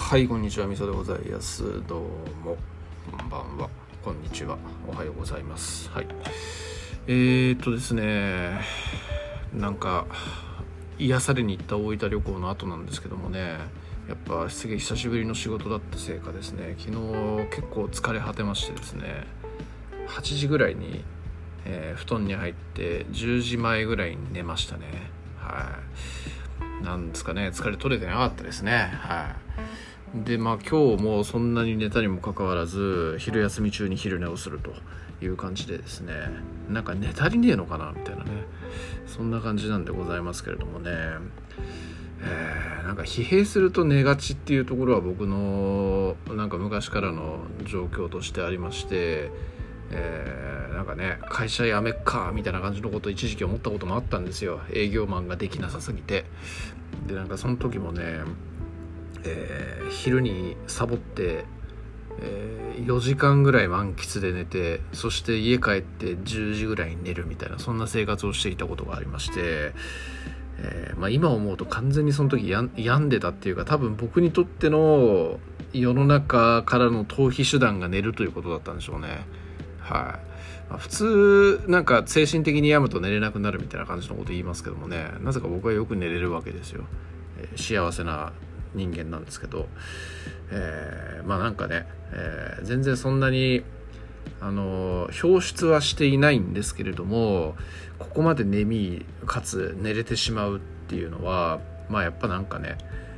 はい、こんにちは、みそでございます。どうも、こんばんは、こんにちは、おはようございます。はい。ですね、なんか癒されに行った大分旅行の後なんですけどもね、やっぱすげえ久しぶりの仕事だったせいかですね、昨日結構疲れ果てましてですね、8時ぐらいに、布団に入って10時前ぐらいに寝ましたね。はい。なんですかね、疲れ取れてなかったですね。はい。で今日もそんなに寝たにもかかわらず昼休み中に昼寝をするという感じでですね、なんか寝足りねえのかなみたいなね、そんな感じなんでございますけれどもね、なんか疲弊すると寝がちっていうところは僕のなんか昔からの状況としてありまして、なんかね、会社辞めっかみたいな感じのことを一時期思ったこともあったんですよ。営業マンができなさすぎて。でなんかその時もね、昼にサボって、4時間ぐらい満喫で寝て、そして家帰って10時ぐらいに寝るみたいな、そんな生活をしていたことがありまして、今思うと完全にその時病んでたっていうか、多分僕にとっての世の中からの逃避手段が寝るということだったんでしょうね。はい。普通なんか精神的に病むと寝れなくなるみたいな感じのこと言いますけどもね、なぜか僕はよく寝れるわけですよ。幸せな人間なんですけど、なんかね、全然そんなに表出はしていないんですけれども、ここまで眠いかつ寝れてしまうっていうのはやっぱなんかね、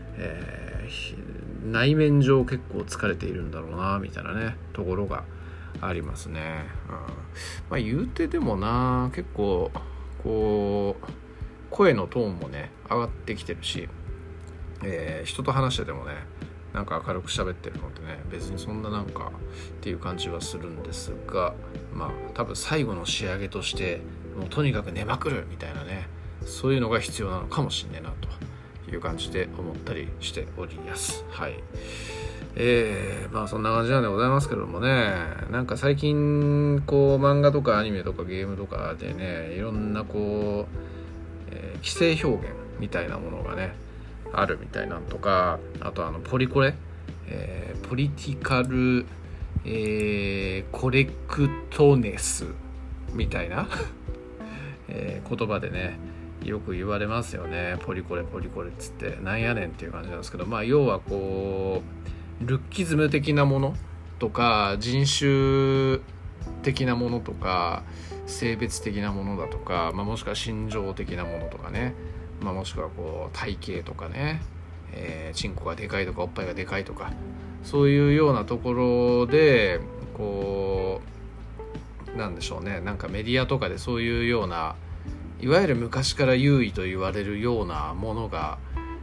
内面上結構疲れているんだろうなみたいなねところがありますね。言うてでもな、結構こう声のトーンもね上がってきてるし、人と話しててもね、なんか明るく喋ってるのってね、別にそんななんかっていう感じはするんですが、多分最後の仕上げとしてもうとにかく寝まくるみたいなね、そういうのが必要なのかもしれないなという感じで思ったりしております。はい。そんな感じなんでございますけどもね、なんか最近こう漫画とかアニメとかゲームとかでね、いろんなこう、既成表現みたいなものがねあるみたいなんとか、あとポリコレ、ポリティカル、コレクトネスみたいな、言葉でねよく言われますよね。ポリコレっつってなんやねんっていう感じなんですけど、要はこうルッキズム的なものとか人種的なものとか性別的なものだとか、もしくは心情的なものとかね、もしくはこう体型とかね、チンコがでかいとかおっぱいがでかいとか、そういうようなところでこうなんでしょうね、なんかメディアとかでそういうようないわゆる昔から優位と言われるようなものが、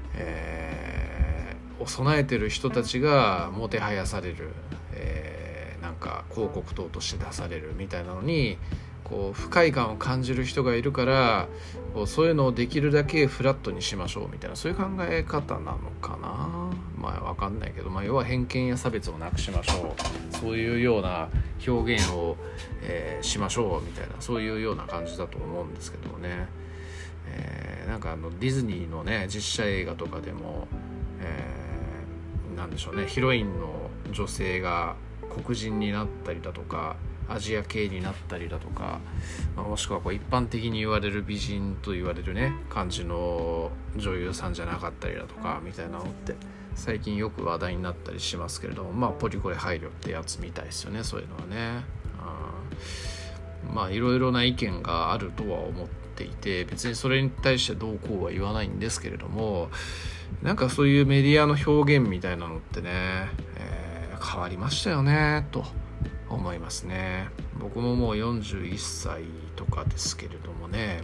を備えてる人たちがもてはやされる、なんか広告等として出されるみたいなのにこう不快感を感じる人がいるから、こうそういうのをできるだけフラットにしましょうみたいな、そういう考え方なのかな。わかんないけど、要は偏見や差別をなくしましょう、そういうような表現を、しましょうみたいな、そういうような感じだと思うんですけどもね、なんかディズニーのね実写映画とかでも、なんでしょうね、ヒロインの女性が黒人になったりだとかアジア系になったりだとか、もしくはこう一般的に言われる美人と言われるね感じの女優さんじゃなかったりだとかみたいなのって最近よく話題になったりしますけれども、ポリコレ配慮ってやつみたいですよね、そういうのはね。いろいろな意見があるとは思っていて、別にそれに対してどうこうは言わないんですけれども、なんかそういうメディアの表現みたいなのってね、変わりましたよねと思いますね。僕ももう41歳とかですけれどもね、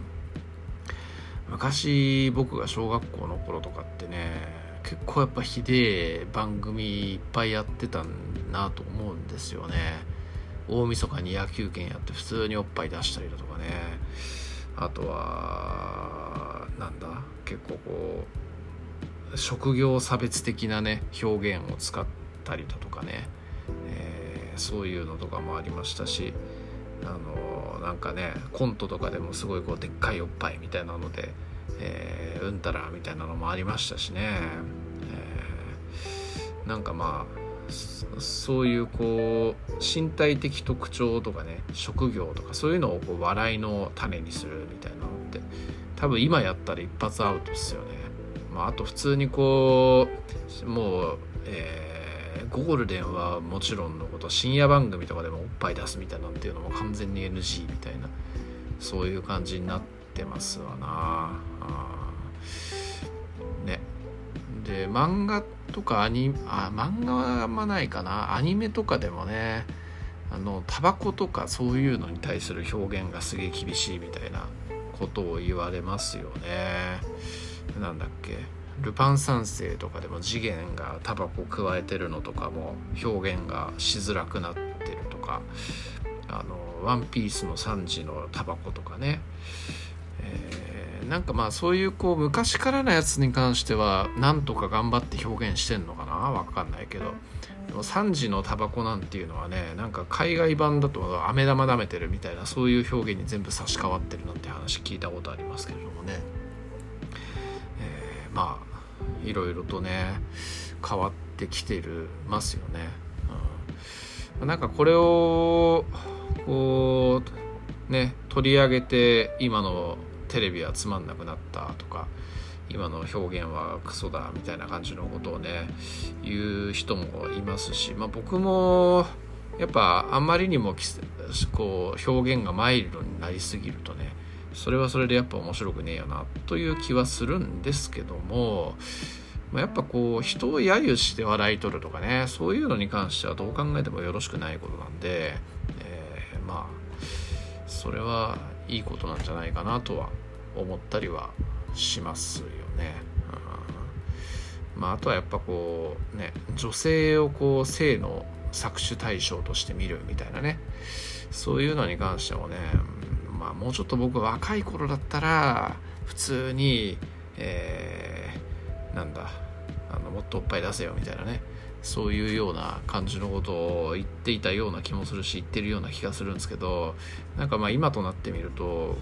昔僕が小学校の頃とかってね、結構やっぱひでえ番組いっぱいやってたんなと思うんですよね。大晦日に野球拳やって普通におっぱい出したりだとかね、あとはなんだ、結構こう職業差別的なね表現を使ったりだとかね、そういうのとかもありましたし、なんかねコントとかでもすごいこうでっかいおっぱいみたいなので、うんたらみたいなのもありましたしね、 なんかまあそういうこう身体的特徴とかね、職業とかそういうのをこう笑いの種にするみたいなのって多分今やったら一発アウトですよね。あと普通にこうもう、ゴールデンはもちろんのこと、深夜番組とかでもおっぱい出すみたいなっていうのも完全に NG みたいな、そういう感じになってますわな。ね。で漫画とか漫画はあんまないかな。アニメとかでもね、タバコとかそういうのに対する表現がすげえ厳しいみたいなことを言われますよね。なんだっけ、ルパン三世とかでも次元がタバコ加えてるのとかも表現がしづらくなってるとか、ワンピースのサンジのタバコとかね、なんかまあそういうこう昔からのやつに関してはなんとか頑張って表現してんのかな、わかんないけど、でもサンジのタバコなんていうのはね、なんか海外版だと飴玉舐めてるみたいな、そういう表現に全部差し替わってるなんて話聞いたことありますけれどもね。まあいろいろとね変わってきてますよね。なんかこれをこうね取り上げて、今のテレビはつまんなくなったとか、今の表現はクソだみたいな感じのことをね言う人もいますし、僕もやっぱあんまりにもこう表現がマイルドになりすぎるとね、それはそれでやっぱ面白くねえよなという気はするんですけども、やっぱこう人を揶揄して笑い取るとかね、そういうのに関してはどう考えてもよろしくないことなんで、まあそれはいいことなんじゃないかなとは思ったりはしますよね。あとはやっぱこうね、女性をこう性の搾取対象として見るみたいなね、そういうのに関してもね、もうちょっと僕若い頃だったら普通に、もっとおっぱい出せよみたいなね、そういうような感じのことを言っていたような気もするし、言ってるような気がするんですけど、なんか今となってみると、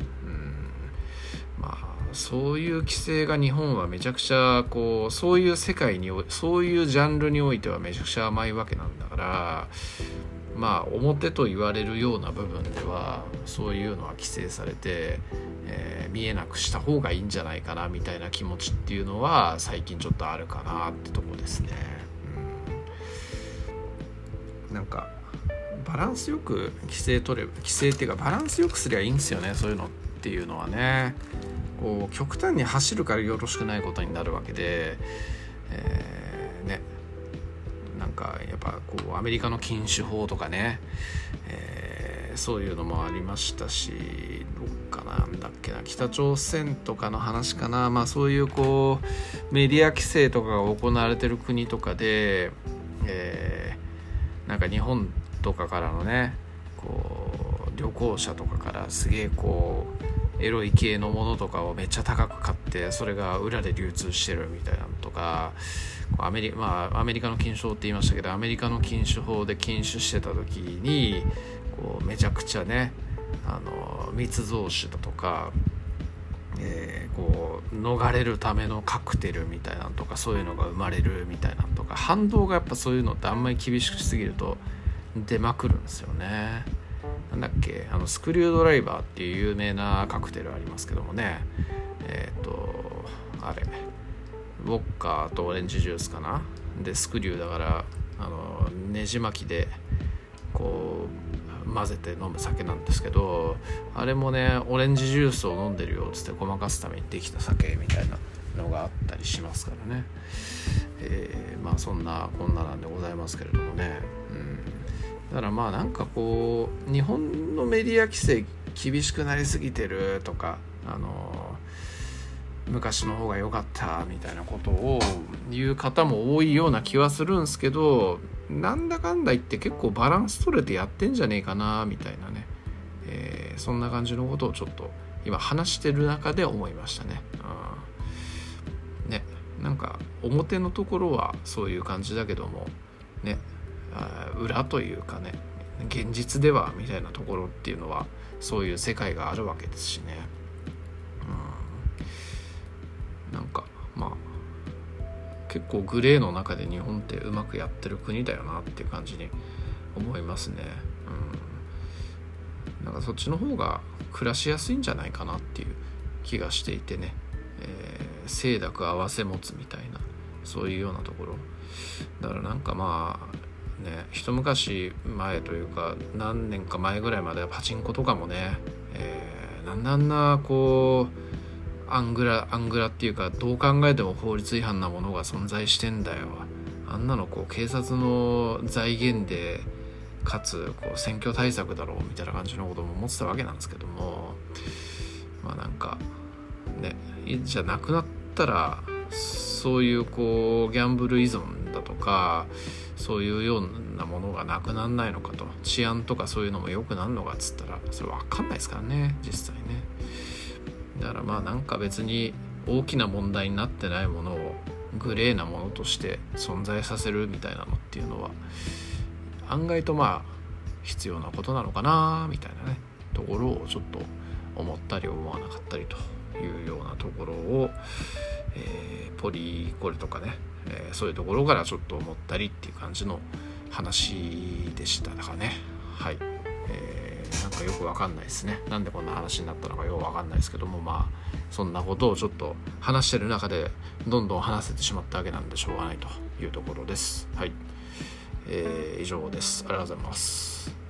そういう規制が日本はめちゃくちゃこう、そういう世界にそういうジャンルにおいてはめちゃくちゃ甘いわけなんだから、表と言われるような部分ではそういうのは規制されて、見えなくした方がいいんじゃないかなみたいな気持ちっていうのは最近ちょっとあるかなってとこですね。なんかバランスよく規制っていうかバランスよくすりゃいいんですよね、そういうのっていうのはね。こう極端に走るからよろしくないことになるわけで、なんかやっぱこうアメリカの禁酒法とかね、そういうのもありましたし、どっかなんだっけな、北朝鮮とかの話かな、そういうこうメディア規制とかが行われてる国とかで、なんか日本とかからのねこう旅行者とかからすげえこうエロい系のものとかをめっちゃ高く買って、それが裏で流通してるみたいなのとか、アメリカの禁酒法って言いましたけど、アメリカの禁酒法で禁酒してた時にこうめちゃくちゃね密造酒だとか、こう逃れるためのカクテルみたいなのとか、そういうのが生まれるみたいなのとか、反動がやっぱそういうのってあんまり厳しくしすぎると出まくるんですよね。なんだっけ、スクリュードライバーっていう有名なカクテルありますけどもね、あれウォッカとオレンジジュースかなで、スクリューだからねじ巻きでこう混ぜて飲む酒なんですけど、あれもねオレンジジュースを飲んでるよっつってごまかすためにできた酒みたいなのがあったりしますからね。そんなこんななんでございますけれどもね、だからなんかこう日本のメディア規制厳しくなりすぎてるとか、昔の方が良かったみたいなことを言う方も多いような気はするんですけど、なんだかんだ言って結構バランス取れてやってんじゃねえかなみたいなね、そんな感じのことをちょっと今話してる中で思いましたね。なんか表のところはそういう感じだけどもね、裏というかね、現実ではみたいなところっていうのはそういう世界があるわけですしね。なんか結構グレーの中で日本ってうまくやってる国だよなっていう感じに思いますね。なんかそっちの方が暮らしやすいんじゃないかなっていう気がしていてね、清濁合わせ持つみたいな、そういうようなところだから、なんかまあね、一昔前というか何年か前ぐらいまではパチンコとかもね、なんであんなこうアングラっていうか、どう考えても法律違反なものが存在してんだよ、あんなのこう警察の財源でかつこう選挙対策だろうみたいな感じのことも思ってたわけなんですけども、まあなんかね、じゃなくなったらそういうこうギャンブル依存だとかそういうようなものがなくなんないのかと、治安とかそういうのも良くなるのかっつったらそれ分かんないですからね、実際ね。だからまあなんか別に大きな問題になってないものをグレーなものとして存在させるみたいなのっていうのは案外とまあ必要なことなのかなみたいなねところをちょっと思ったり思わなかったりというようなところを、ポリコレとかね、そういうところからちょっと思ったりっていう感じの話でしたかね。はい、なんかよくわかんないですね。なんでこんな話になったのかよくわかんないですけども、まあそんなことをちょっと話してる中でどんどん話せてしまったわけなんでしょうがないというところです。はい、以上です。ありがとうございます。